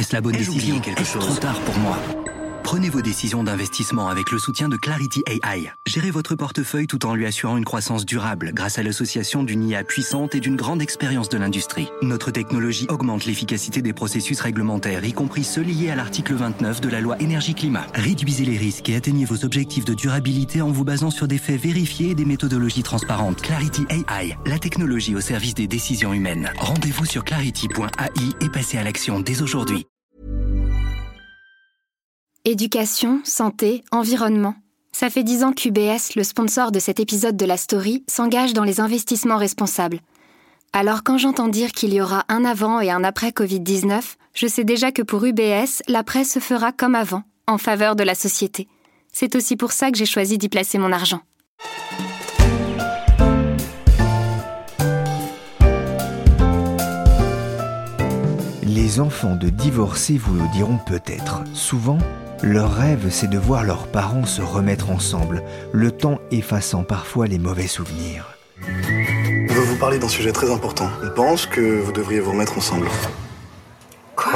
Est-ce la bonne décision? Est-ce trop tard pour moi? Prenez vos décisions d'investissement avec le soutien de Clarity AI. Gérez votre portefeuille tout en lui assurant une croissance durable grâce à l'association d'une IA puissante et d'une grande expérience de l'industrie. Notre technologie augmente l'efficacité des processus réglementaires, y compris ceux liés à l'article 29 de la loi Énergie-Climat. Réduisez les risques et atteignez vos objectifs de durabilité en vous basant sur des faits vérifiés et des méthodologies transparentes. Clarity AI, la technologie au service des décisions humaines. Rendez-vous sur clarity.ai et passez à l'action dès aujourd'hui. Éducation, santé, environnement. Ça fait 10 ans qu'UBS, le sponsor de cet épisode de la story, s'engage dans les investissements responsables. Alors quand j'entends dire qu'il y aura un avant et un après Covid-19, je sais déjà que pour UBS, l'après se fera comme avant, en faveur de la société. C'est aussi pour ça que j'ai choisi d'y placer mon argent. Les enfants de divorcés vous le diront peut-être. Souvent, leur rêve, c'est de voir leurs parents se remettre ensemble, le temps effaçant parfois les mauvais souvenirs. On veut vous parler d'un sujet très important. On pense que vous devriez vous remettre ensemble. Quoi ?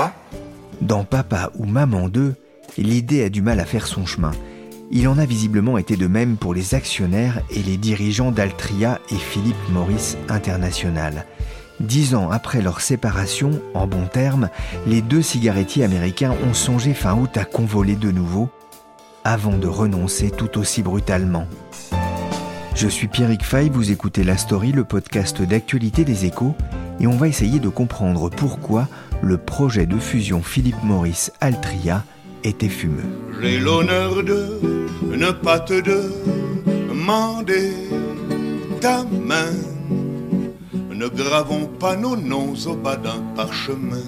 Dans Papa ou Maman 2, l'idée a du mal à faire son chemin. Il en a visiblement été de même pour les actionnaires et les dirigeants d'Altria et Philip Morris International. 10 ans après leur séparation, en bons termes, les deux cigarettiers américains ont songé fin août à convoler de nouveau, avant de renoncer tout aussi brutalement. Je suis Pierrick Fay, vous écoutez La Story, le podcast d'actualité des Échos, et on va essayer de comprendre pourquoi le projet de fusion Philip Morris-Altria était fumeux. J'ai l'honneur de ne pas te demander ta main. Ne gravons pas nos noms au bas d'un parchemin.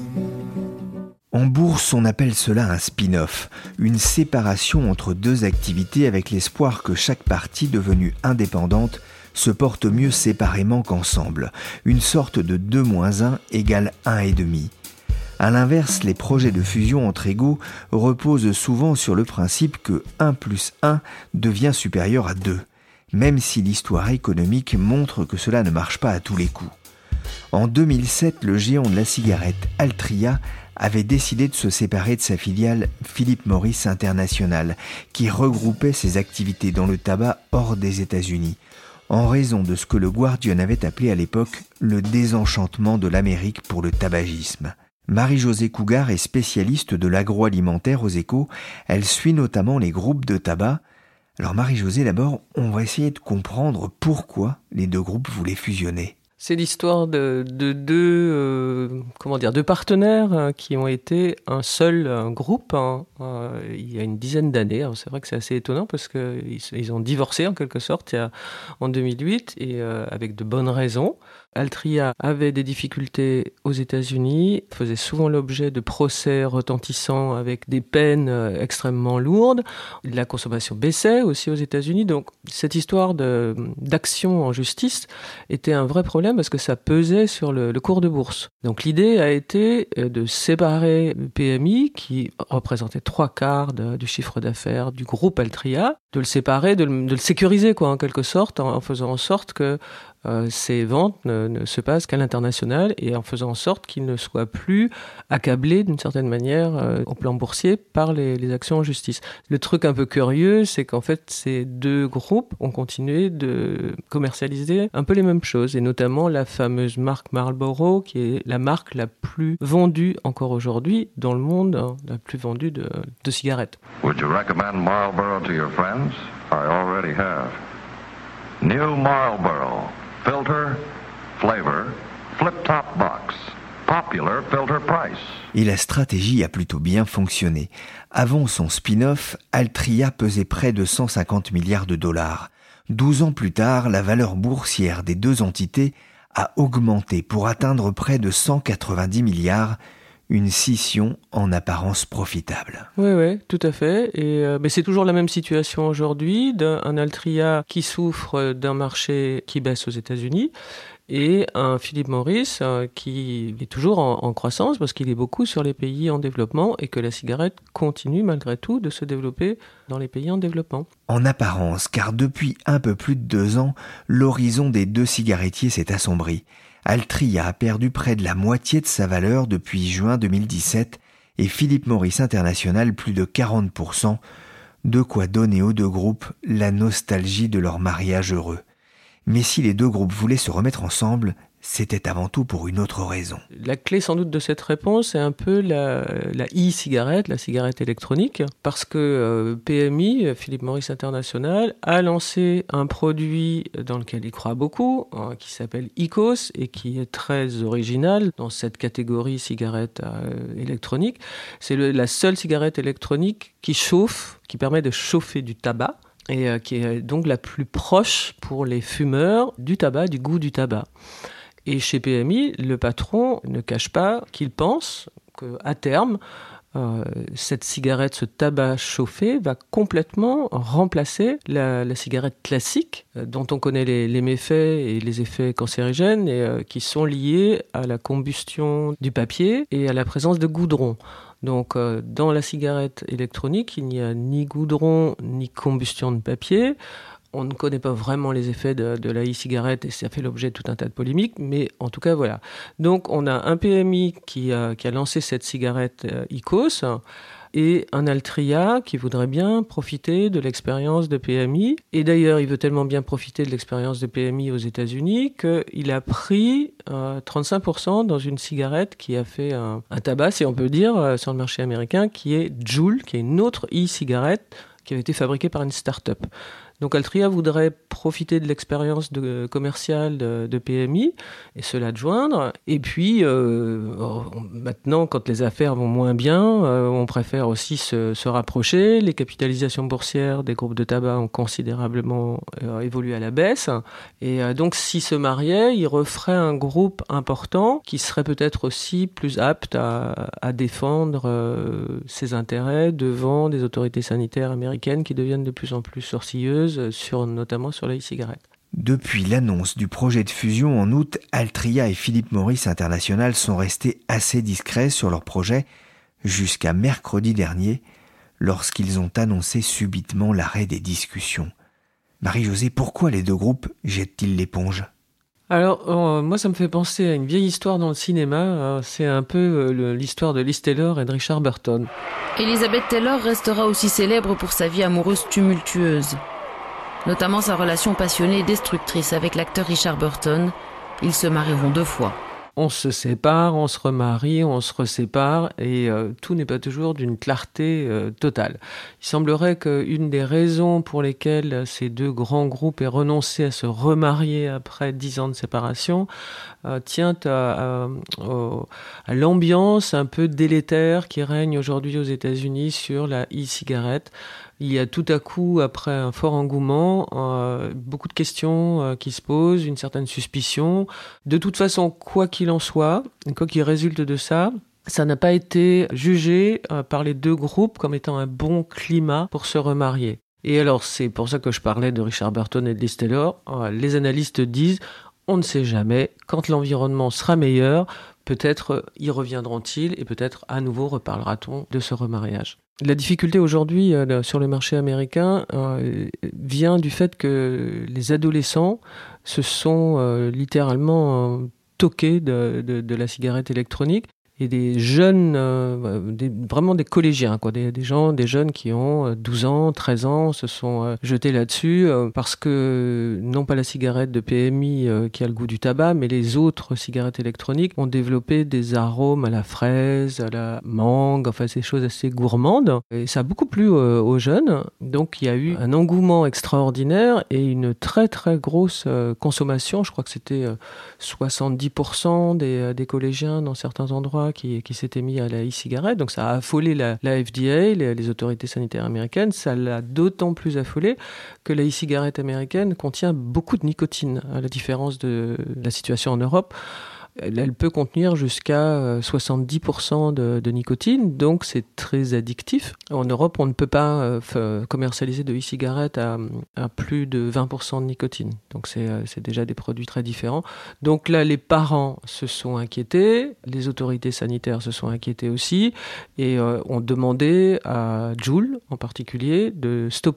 En bourse, on appelle cela un spin-off, une séparation entre deux activités avec l'espoir que chaque partie devenue indépendante se porte mieux séparément qu'ensemble, une sorte de 2-1 égale 1,5. À l'inverse, les projets de fusion entre égaux reposent souvent sur le principe que 1 + 1 devient supérieur à 2, même si l'histoire économique montre que cela ne marche pas à tous les coups. En 2007, le géant de la cigarette Altria avait décidé de se séparer de sa filiale Philip Morris International, qui regroupait ses activités dans le tabac hors des États-Unis, en raison de ce que le Guardian avait appelé à l'époque le désenchantement de l'Amérique pour le tabagisme. Marie-Josée Cougar est spécialiste de l'agroalimentaire aux Échos. Elle suit notamment les groupes de tabac. Alors Marie-Josée, d'abord, on va essayer de comprendre pourquoi les deux groupes voulaient fusionner. C'est l'histoire de deux partenaires qui ont été un seul groupe il y a une dizaine d'années. Alors c'est vrai que c'est assez étonnant parce qu'ils ont divorcé en quelque sorte en 2008 et avec de bonnes raisons. Altria avait des difficultés aux États-Unis, faisait souvent l'objet de procès retentissants avec des peines extrêmement lourdes. La consommation baissait aussi aux États-Unis, donc cette histoire d'action en justice était un vrai problème parce que ça pesait sur le cours de bourse. Donc l'idée a été de séparer le PMI, qui représentait 3/4 du chiffre d'affaires du groupe Altria, de le séparer, de le sécuriser en quelque sorte, en faisant en sorte que ces ventes ne se passent qu'à l'international et en faisant en sorte qu'ils ne soient plus accablés d'une certaine manière au plan boursier par les actions en justice. Le truc un peu curieux, c'est qu'en fait ces deux groupes ont continué de commercialiser un peu les mêmes choses et notamment la fameuse marque Marlboro qui est la marque la plus vendue encore aujourd'hui dans le monde, la plus vendue de cigarettes. Would you recommend Marlboro to your friends? I already have. New Marlboro. Filter, flavor, flip-top box. Popular filter price. Et la stratégie a plutôt bien fonctionné. Avant son spin-off, Altria pesait près de 150 milliards de dollars. 12 ans plus tard, la valeur boursière des deux entités a augmenté pour atteindre près de 190 milliards, une scission en apparence profitable. Oui, tout à fait. Et c'est toujours la même situation aujourd'hui, un Altria qui souffre d'un marché qui baisse aux États-Unis et un Philip Morris qui est toujours en croissance parce qu'il est beaucoup sur les pays en développement et que la cigarette continue malgré tout de se développer dans les pays en développement. En apparence, car depuis un peu plus de 2 ans, l'horizon des deux cigarettiers s'est assombri. Altria a perdu près de la moitié de sa valeur depuis juin 2017 et Philip Morris International plus de 40%, de quoi donner aux deux groupes la nostalgie de leur mariage heureux. Mais si les deux groupes voulaient se remettre ensemble, c'était avant tout pour une autre raison. La clé sans doute de cette réponse est un peu la e-cigarette, la cigarette électronique, parce que PMI, Philip Morris International, a lancé un produit dans lequel il croit beaucoup, qui s'appelle IQOS et qui est très original dans cette catégorie cigarette électronique. C'est la seule cigarette électronique qui chauffe, qui permet de chauffer du tabac, et qui est donc la plus proche pour les fumeurs du tabac, du goût du tabac. Et chez PMI, le patron ne cache pas qu'il pense qu'à terme, cette cigarette, ce tabac chauffé, va complètement remplacer la cigarette classique, dont on connaît les méfaits et les effets cancérigènes, et qui sont liés à la combustion du papier et à la présence de goudron. Donc, dans la cigarette électronique, il n'y a ni goudron ni combustion de papier. On ne connaît pas vraiment les effets de la e-cigarette et ça fait l'objet de tout un tas de polémiques, mais en tout cas, voilà. Donc, on a un PMI qui a lancé cette cigarette IQOS et un Altria qui voudrait bien profiter de l'expérience de PMI. Et d'ailleurs, il veut tellement bien profiter de l'expérience de PMI aux États-Unis qu'il a pris 35% dans une cigarette qui a fait un tabac, si on peut dire, sur le marché américain, qui est Juul, qui est une autre e-cigarette qui avait été fabriquée par une start-up. Donc Altria voudrait profiter de l'expérience commerciale de PMI et se l'adjoindre. Et puis, maintenant, quand les affaires vont moins bien, on préfère aussi se rapprocher. Les capitalisations boursières des groupes de tabac ont considérablement évolué à la baisse. Et donc, s'ils se mariaient, ils referaient un groupe important qui serait peut-être aussi plus apte à défendre ses intérêts devant des autorités sanitaires américaines qui deviennent de plus en plus sourcilleuses, notamment sur la e-cigarette. Depuis l'annonce du projet de fusion en août, Altria et Philip Morris International sont restés assez discrets sur leur projet jusqu'à mercredi dernier, lorsqu'ils ont annoncé subitement l'arrêt des discussions. Marie-Josée, pourquoi les deux groupes jettent-ils l'éponge ? Alors, moi, ça me fait penser à une vieille histoire dans le cinéma. C'est un peu l'histoire de Liz Taylor et de Richard Burton. Elizabeth Taylor restera aussi célèbre pour sa vie amoureuse tumultueuse, notamment sa relation passionnée et destructrice avec l'acteur Richard Burton. Ils se marieront 2 fois. On se sépare, on se remarie, on se resépare, et tout n'est pas toujours d'une clarté totale. Il semblerait qu'une des raisons pour lesquelles ces deux grands groupes aient renoncé à se remarier après 10 ans de séparation tient à l'ambiance un peu délétère qui règne aujourd'hui aux États-Unis sur la e-cigarette. Il y a tout à coup, après un fort engouement, beaucoup de questions qui se posent, une certaine suspicion. De toute façon, quoi qu'il en soit, quoi qu'il résulte de ça, ça n'a pas été jugé par les deux groupes comme étant un bon climat pour se remarier. Et alors, c'est pour ça que je parlais de Richard Burton et de Liz Taylor. Les analystes disent, on ne sait jamais, quand l'environnement sera meilleur, peut-être y reviendront-ils et peut-être à nouveau reparlera-t-on de ce remariage. La difficulté aujourd'hui sur le marché américain vient du fait que les adolescents se sont littéralement toqués de la cigarette électronique. Et des jeunes, vraiment des collégiens, quoi, des jeunes qui ont 12 ans, 13 ans, se sont jetés là-dessus parce que, non pas la cigarette de PMI qui a le goût du tabac, mais les autres cigarettes électroniques ont développé des arômes à la fraise, à la mangue, enfin ces choses assez gourmandes. Et ça a beaucoup plu aux jeunes. Donc il y a eu un engouement extraordinaire et une très très grosse consommation. Je crois que c'était 70% des collégiens dans certains endroits qui s'était mis à la e-cigarette. Donc ça a affolé la FDA, les autorités sanitaires américaines. Ça l'a d'autant plus affolé que la e-cigarette américaine contient beaucoup de nicotine, à la différence de la situation en Europe. Elle peut contenir jusqu'à 70% de nicotine, donc c'est très addictif. En Europe, on ne peut pas commercialiser de e-cigarettes à plus de 20% de nicotine. Donc c'est déjà des produits très différents. Donc là, les parents se sont inquiétés, les autorités sanitaires se sont inquiétées aussi, et ont demandé à Juul, en particulier, de stopper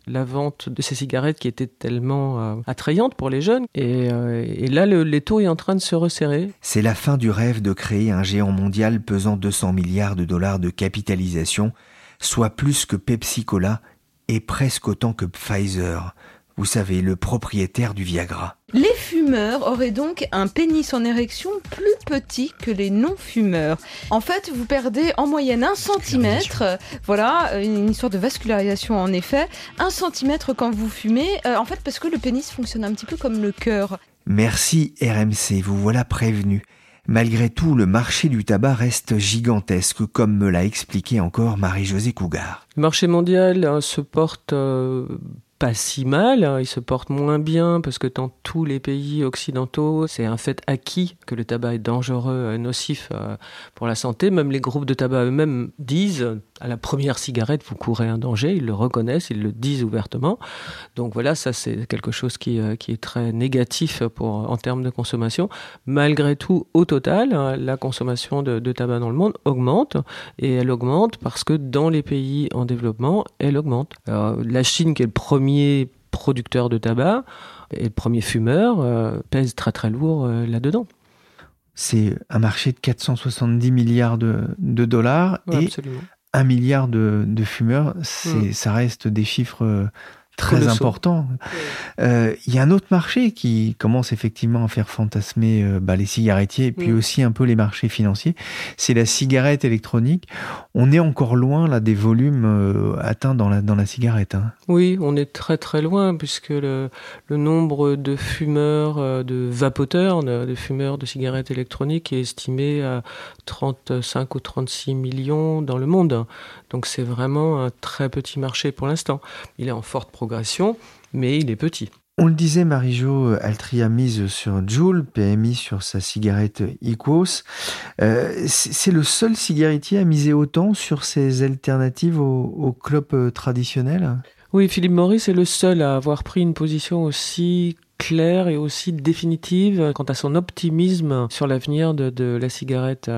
la vente de ces cigarettes qui étaient tellement attrayantes pour les jeunes. Et là, l'étau est en train de se resserrer. C'est la fin du rêve de créer un géant mondial pesant 200 milliards de dollars de capitalisation, soit plus que Pepsi-Cola et presque autant que Pfizer. Vous savez, le propriétaire du Viagra. Les fumeurs auraient donc un pénis en érection plus petit que les non-fumeurs. En fait, vous perdez en moyenne 1 centimètre. Voilà, une histoire de vascularisation en effet. 1 centimètre quand vous fumez, en fait parce que le pénis fonctionne un petit peu comme le cœur. Merci RMC, vous voilà prévenu. Malgré tout, le marché du tabac reste gigantesque, comme me l'a expliqué encore Marie-Josée Cougar. Le marché mondial se porte pas si mal, il se porte moins bien parce que dans tous les pays occidentaux, c'est un fait acquis que le tabac est dangereux, nocif pour la santé. Même les groupes de tabac eux-mêmes disent à la première cigarette, vous courez un danger, ils le reconnaissent, ils le disent ouvertement. Donc voilà, ça c'est quelque chose qui est très négatif en termes de consommation. Malgré tout, au total, la consommation de tabac dans le monde augmente, et elle augmente parce que dans les pays en développement, elle augmente. Alors, la Chine, qui est le premier producteur de tabac et le premier fumeur, pèse très très lourd là-dedans. C'est un marché de 470 milliards de dollars, Ouais, et absolument. 1 milliard de fumeurs, ça reste des chiffres très Colossaux. importants. Il y a un autre marché qui commence effectivement à faire fantasmer les cigarettiers et puis aussi un peu les marchés financiers, c'est la cigarette électronique. On est encore loin là des volumes atteints dans la cigarette. Hein. Oui, on est très très loin puisque le nombre de fumeurs, de vapoteurs, de fumeurs de cigarettes électroniques est estimé à 35 ou 36 millions dans le monde. Donc c'est vraiment un très petit marché pour l'instant. Il est en forte progression, mais il est petit. On le disait, Marie-Jo, Altria mise sur Juul, PMI sur sa cigarette IQOS. C'est le seul cigarettier à miser autant sur ses alternatives aux clopes traditionnelles ? Oui, Philip Morris est le seul à avoir pris une position aussi claire et aussi définitive quant à son optimisme sur l'avenir de la cigarette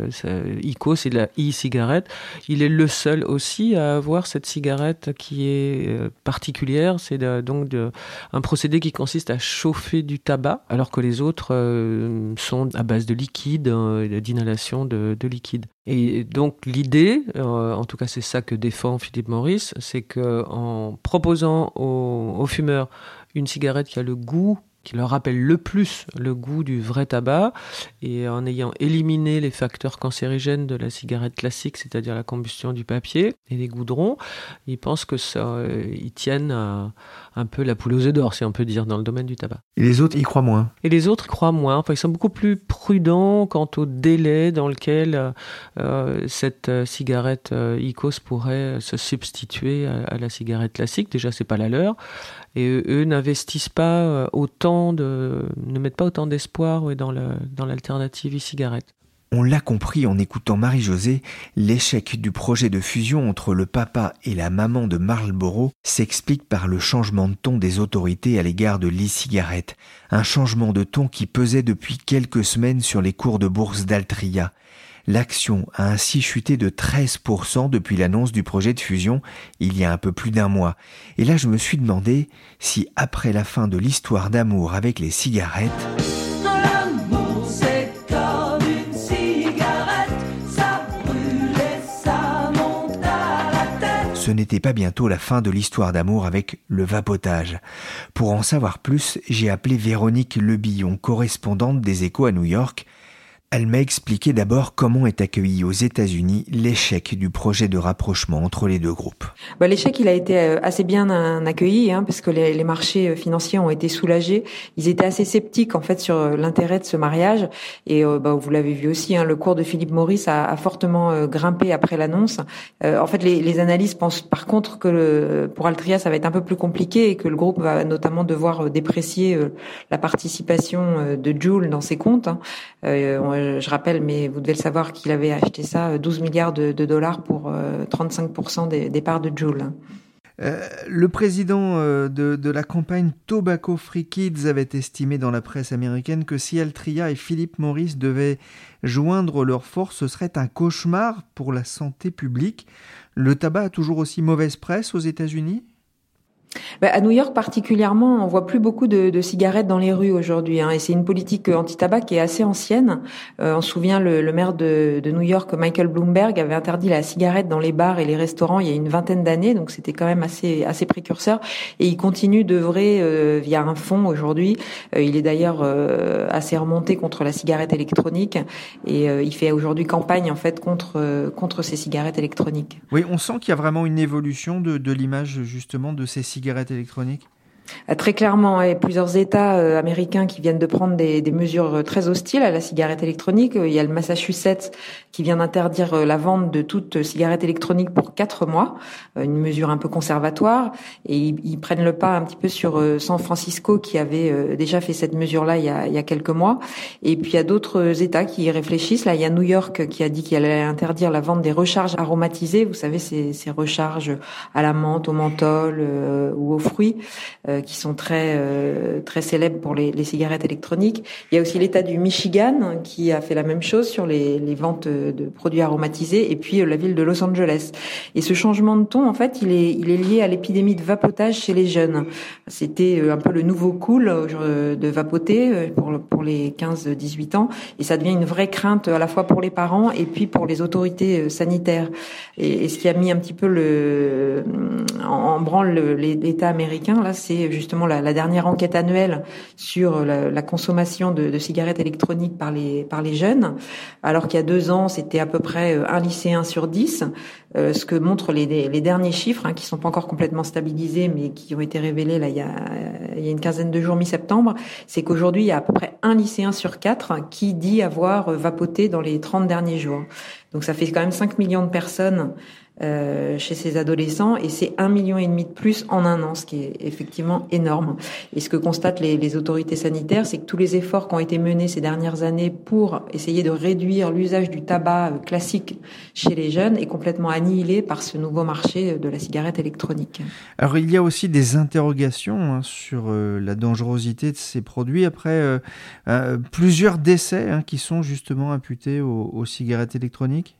IQOS et de la e-cigarette. Il est le seul aussi à avoir cette cigarette qui est particulière. C'est donc un procédé qui consiste à chauffer du tabac, alors que les autres sont à base de liquide, d'inhalation de liquide. Et donc l'idée, en tout cas c'est ça que défend Philip Morris, c'est qu'en proposant aux fumeurs une cigarette qui a le goût, qui leur rappelle le plus le goût du vrai tabac, et en ayant éliminé les facteurs cancérigènes de la cigarette classique, c'est-à-dire la combustion du papier et des goudrons, ils pensent que ça, ils tiennent un peu la poule aux œufs d'or, si on peut dire, dans le domaine du tabac. Et les autres y croient moins. Et les autres y croient moins. Enfin, ils sont beaucoup plus prudents quant au délai dans lequel cette cigarette IQOS pourrait se substituer à la cigarette classique. Déjà, c'est pas la leur. Et eux n'investissent pas ne mettent pas autant d'espoir dans l'alternative e-cigarette. On l'a compris en écoutant Marie-Josée, l'échec du projet de fusion entre le papa et la maman de Marlboro s'explique par le changement de ton des autorités à l'égard de l'e-cigarette. Un changement de ton qui pesait depuis quelques semaines sur les cours de bourse d'Altria. L'action a ainsi chuté de 13% depuis l'annonce du projet de fusion, il y a un peu plus d'un mois. Et là, je me suis demandé si, après la fin de l'histoire d'amour avec les cigarettes, L'amour, c'est comme une cigarette, ça brûle et ça monte à la tête. ce n'était pas bientôt la fin de l'histoire d'amour avec le vapotage. Pour en savoir plus, j'ai appelé Véronique Lebillon, correspondante des Échos à New York. Elle m'a expliqué d'abord comment est accueilli aux États-Unis l'échec du projet de rapprochement entre les deux groupes. L'échec, il a été assez bien accueilli, parce que les marchés financiers ont été soulagés. Ils étaient assez sceptiques en fait sur l'intérêt de ce mariage. Et vous l'avez vu aussi, le cours de Philip Morris a fortement grimpé après l'annonce. En fait, les analystes pensent par contre que pour Altria, ça va être un peu plus compliqué et que le groupe va notamment devoir déprécier la participation de Juul dans ses comptes. Je rappelle, mais vous devez le savoir, qu'il avait acheté ça 12 milliards de dollars pour 35% des parts de Juul. Le président de la campagne Tobacco Free Kids avait estimé dans la presse américaine que si Altria et Philip Morris devaient joindre leurs forces, ce serait un cauchemar pour la santé publique. Le tabac a toujours aussi mauvaise presse aux États-Unis ? À New York particulièrement, on voit plus beaucoup de cigarettes dans les rues aujourd'hui, et c'est une politique anti-tabac qui est assez ancienne. On se souvient, le maire de New York, Michael Bloomberg, avait interdit la cigarette dans les bars et les restaurants il y a une vingtaine d'années, donc c'était quand même assez précurseur. Et il continue d'œuvrer via un fonds aujourd'hui. Il est d'ailleurs assez remonté contre la cigarette électronique, et il fait aujourd'hui campagne en fait contre ces cigarettes électroniques. Oui, on sent qu'il y a vraiment une évolution de l'image justement de ces cigarettes électroniques. Très clairement, et plusieurs États américains qui viennent de prendre des mesures très hostiles à la cigarette électronique. Il y a le Massachusetts qui vient d'interdire la vente de toute cigarette électronique pour 4 mois, une mesure un peu conservatoire. Et ils prennent le pas un petit peu sur San Francisco qui avait déjà fait cette mesure-là il y a quelques mois. Et puis il y a d'autres États qui y réfléchissent. Là, il y a New York qui a dit qu'il allait interdire la vente des recharges aromatisées. Vous savez, ces recharges à la menthe, au menthol ou aux fruits. Qui sont très célèbres pour les cigarettes électroniques. Il y a aussi l'État du Michigan qui a fait la même chose sur les ventes de produits aromatisés, et puis la ville de Los Angeles. Et ce changement de ton, en fait, il est lié à l'épidémie de vapotage chez les jeunes. C'était un peu le nouveau cool de vapoter pour les 15-18 ans, et ça devient une vraie crainte à la fois pour les parents et puis pour les autorités sanitaires. Et ce qui a mis un petit peu en branle l'État américain, là, c'est justement la dernière enquête annuelle sur la consommation de cigarettes électroniques par les jeunes, alors qu'il y a 2 ans, c'était à peu près un lycéen sur 10. Ce que montrent les derniers chiffres, qui sont pas encore complètement stabilisés, mais qui ont été révélés là il y a une quinzaine de jours, mi-septembre, c'est qu'aujourd'hui, il y a à peu près un lycéen sur 4 qui dit avoir vapoté dans les 30 derniers jours. Donc ça fait quand même 5 millions de personnes chez ces adolescents, et c'est 1,5 million de plus en un an, ce qui est effectivement énorme. Et ce que constatent les autorités sanitaires, c'est que tous les efforts qui ont été menés ces dernières années pour essayer de réduire l'usage du tabac classique chez les jeunes est complètement annihilé par ce nouveau marché de la cigarette électronique. Alors il y a aussi des interrogations sur la dangerosité de ces produits après plusieurs décès qui sont justement imputés aux cigarettes électroniques.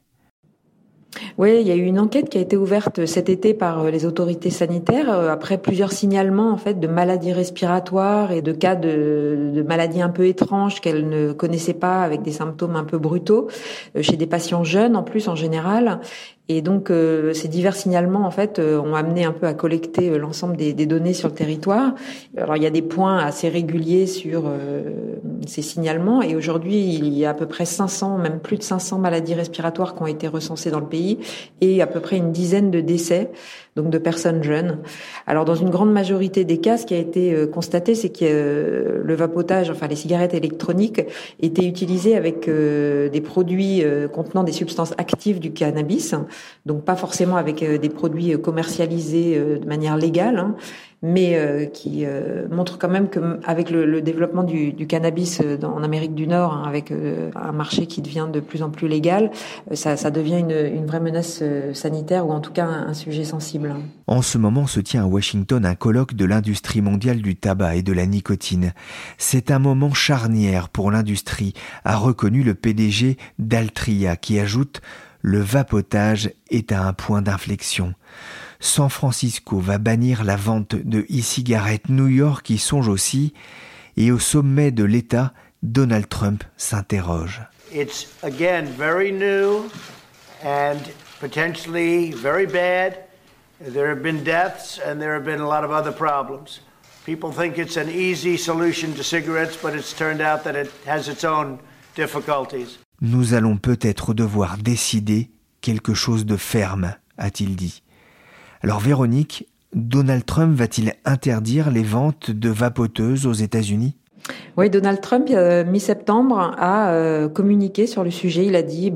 Oui, il y a eu une enquête qui a été ouverte cet été par les autorités sanitaires après plusieurs signalements en fait de maladies respiratoires et de cas de maladies un peu étranges qu'elles ne connaissaient pas, avec des symptômes un peu brutaux chez des patients jeunes en plus en général. Et donc ces divers signalements en fait ont amené un peu à collecter l'ensemble des données sur le territoire. Alors il y a des points assez réguliers sur ces signalements, et aujourd'hui il y a à peu près 500, même plus de 500 maladies respiratoires qui ont été recensées dans le pays, et à peu près une dizaine de décès, donc de personnes jeunes. Alors dans une grande majorité des cas, ce qui a été constaté, c'est que le vapotage, enfin les cigarettes électroniques, étaient utilisées avec des produits contenant des substances actives du cannabis, donc pas forcément avec des produits commercialisés de manière légale, mais qui montre quand même que avec le développement du cannabis en Amérique du Nord, avec un marché qui devient de plus en plus légal, ça devient une vraie menace sanitaire, ou en tout cas un sujet sensible. En ce moment se tient à Washington un colloque de l'industrie mondiale du tabac et de la nicotine. C'est un moment charnière pour l'industrie, a reconnu le PDG d'Altria, qui ajoute: le vapotage est à un point d'inflexion. San Francisco va bannir la vente de e-cigarettes, New York y songe aussi, et au sommet de l'État, Donald Trump s'interroge. It's again very new and potentially very bad. There have been deaths and there have been a lot of other problems. People think it's an easy solution to cigarettes, but it's turned out that it has its own difficulties. Nous allons peut-être devoir décider quelque chose de ferme, a-t-il dit. Alors Véronique, Donald Trump va-t-il interdire les ventes de vapoteuses aux États-Unis ? Oui, Donald Trump, mi-septembre, a communiqué sur le sujet. Il a dit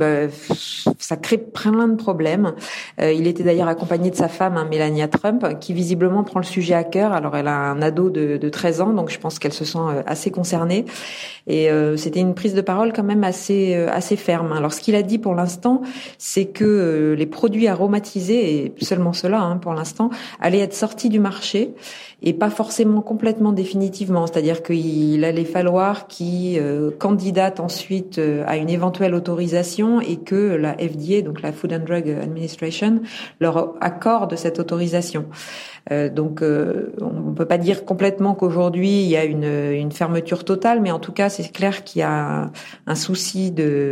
ça crée plein de problèmes. Il était d'ailleurs accompagné de sa femme, Melania Trump, qui visiblement prend le sujet à cœur. Alors, elle a un ado de 13 ans, donc je pense qu'elle se sent assez concernée. Et c'était une prise de parole quand même assez ferme. Alors, ce qu'il a dit pour l'instant, c'est que les produits aromatisés, et seulement cela pour l'instant, allaient être sortis du marché, et pas forcément complètement définitivement. C'est-à-dire qu'il il allait falloir qu'ils candidatent ensuite à une éventuelle autorisation et que la FDA, donc la Food and Drug Administration, leur accorde cette autorisation. Donc, on peut pas dire complètement qu'aujourd'hui il y a une fermeture totale, mais en tout cas c'est clair qu'il y a un souci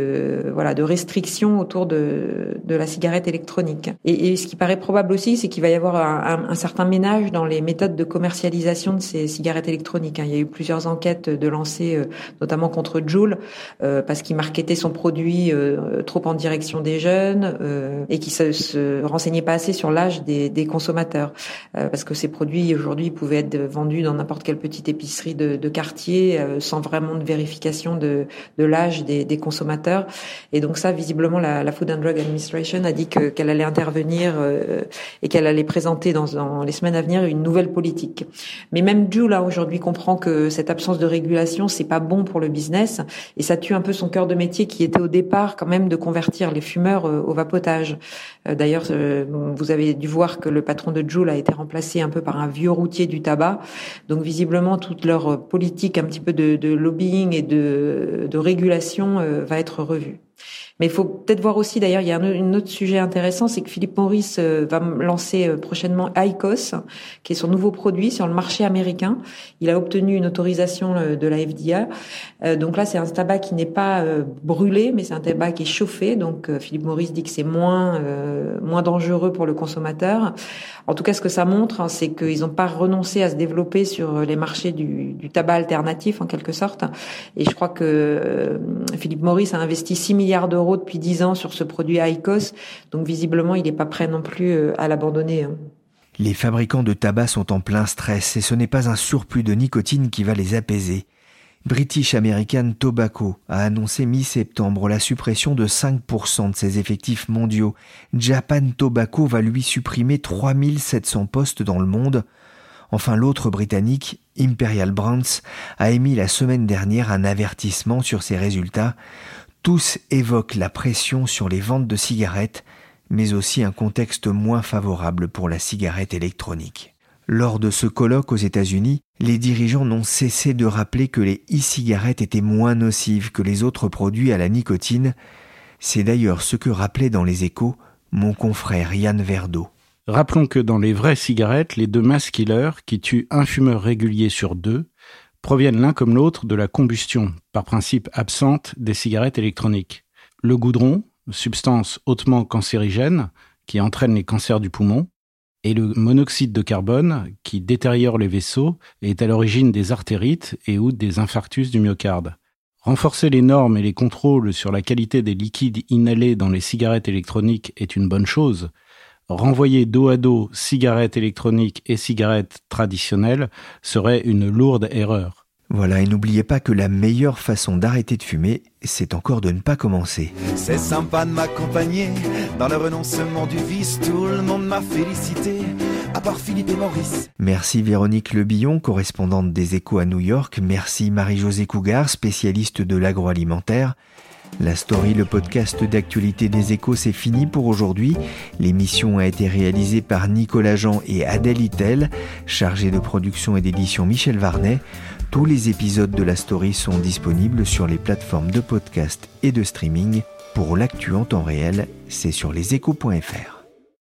de restriction autour de la cigarette électronique. Et ce qui paraît probable aussi, c'est qu'il va y avoir un certain ménage dans les méthodes de commercialisation de ces cigarettes électroniques. Il y a eu plusieurs enquêtes de lancées, notamment contre Juul, parce qu'il marketait son produit trop en direction des jeunes et qui se renseignait pas assez sur l'âge des consommateurs. Parce que ces produits aujourd'hui pouvaient être vendus dans n'importe quelle petite épicerie de quartier sans vraiment de vérification de l'âge des consommateurs. Et donc ça, visiblement, la Food and Drug Administration a dit qu'elle allait intervenir et qu'elle allait présenter dans les semaines à venir une nouvelle politique. Mais même Juul là aujourd'hui comprend que cette absence de régulation, c'est pas bon pour le business et ça tue un peu son cœur de métier qui était au départ quand même de convertir les fumeurs au vapotage. D'ailleurs, vous avez dû voir que le patron de Juul a été remplacé un peu par un vieux routier du tabac. Donc visiblement, toute leur politique un petit peu de lobbying et de régulation va être revue. Mais il faut peut-être voir aussi, d'ailleurs, il y a un autre sujet intéressant, c'est que Philip Morris va lancer prochainement IQOS, qui est son nouveau produit sur le marché américain. Il a obtenu une autorisation de la FDA. Donc là, c'est un tabac qui n'est pas brûlé, mais c'est un tabac qui est chauffé. Donc Philip Morris dit que c'est moins dangereux pour le consommateur. En tout cas, ce que ça montre, c'est qu'ils n'ont pas renoncé à se développer sur les marchés du tabac alternatif, en quelque sorte. Et je crois que Philip Morris a investi 6 milliards d'euros depuis 10 ans sur ce produit IQOS. Donc visiblement, il n'est pas prêt non plus à l'abandonner. Les fabricants de tabac sont en plein stress et ce n'est pas un surplus de nicotine qui va les apaiser. British American Tobacco a annoncé mi-septembre la suppression de 5% de ses effectifs mondiaux. Japan Tobacco va lui supprimer 3700 postes dans le monde. Enfin, l'autre britannique, Imperial Brands, a émis la semaine dernière un avertissement sur ses résultats. Tous évoquent la pression sur les ventes de cigarettes, mais aussi un contexte moins favorable pour la cigarette électronique. Lors de ce colloque aux États-Unis, les dirigeants n'ont cessé de rappeler que les e-cigarettes étaient moins nocives que les autres produits à la nicotine. C'est d'ailleurs ce que rappelait dans Les Échos mon confrère Yann Verdeau. Rappelons que dans les vraies cigarettes, les 2 mass killers qui tuent un fumeur régulier sur 2 proviennent l'un comme l'autre de la combustion, par principe absente, des cigarettes électroniques. Le goudron, substance hautement cancérigène qui entraîne les cancers du poumon, et le monoxyde de carbone qui détériore les vaisseaux et est à l'origine des artérites et ou des infarctus du myocarde. Renforcer les normes et les contrôles sur la qualité des liquides inhalés dans les cigarettes électroniques est une bonne chose. Renvoyer dos à dos cigarettes électroniques et cigarettes traditionnelles serait une lourde erreur. Voilà, et n'oubliez pas que la meilleure façon d'arrêter de fumer, c'est encore de ne pas commencer. C'est sympa de m'accompagner dans le renoncement du vice. Tout le monde m'a félicité, à part Philippe et Maurice. Merci Véronique Lebillon, correspondante des Échos à New York. Merci Marie-Josée Cougar, spécialiste de l'agroalimentaire. La story, le podcast d'actualité des Échos, c'est fini pour aujourd'hui. L'émission a été réalisée par Nicolas Jean et Adèle Itel, chargé de production et d'édition Michel Varnet. Tous les épisodes de la story sont disponibles sur les plateformes de podcast et de streaming. Pour l'actu en temps réel, c'est sur leséchos.fr.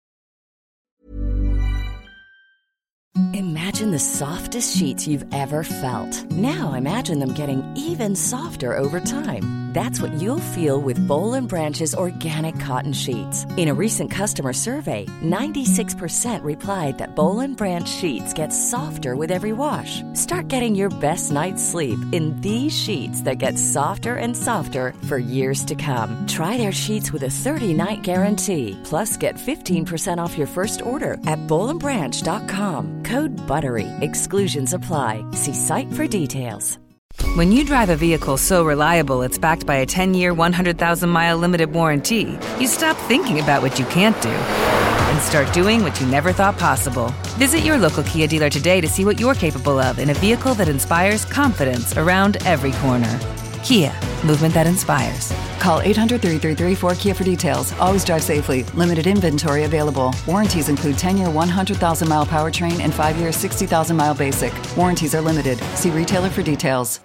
Imagine the softest sheets you've ever felt. Now imagine them getting even softer over time. That's what you'll feel with Boll & Branch's organic cotton sheets. In a recent customer survey, 96% replied that Boll & Branch sheets get softer with every wash. Start getting your best night's sleep in these sheets that get softer and softer for years to come. Try their sheets with a 30-night guarantee. Plus, get 15% off your first order at BollandBranch.com. Code BUTTERY. Exclusions apply. See site for details. When you drive a vehicle so reliable it's backed by a 10-year, 100,000-mile limited warranty, you stop thinking about what you can't do and start doing what you never thought possible. Visit your local Kia dealer today to see what you're capable of in a vehicle that inspires confidence around every corner. Kia, movement that inspires. Call 800-333-4KIA for details. Always drive safely. Limited inventory available. Warranties include 10-year, 100,000-mile powertrain and 5-year, 60,000-mile basic. Warranties are limited. See retailer for details.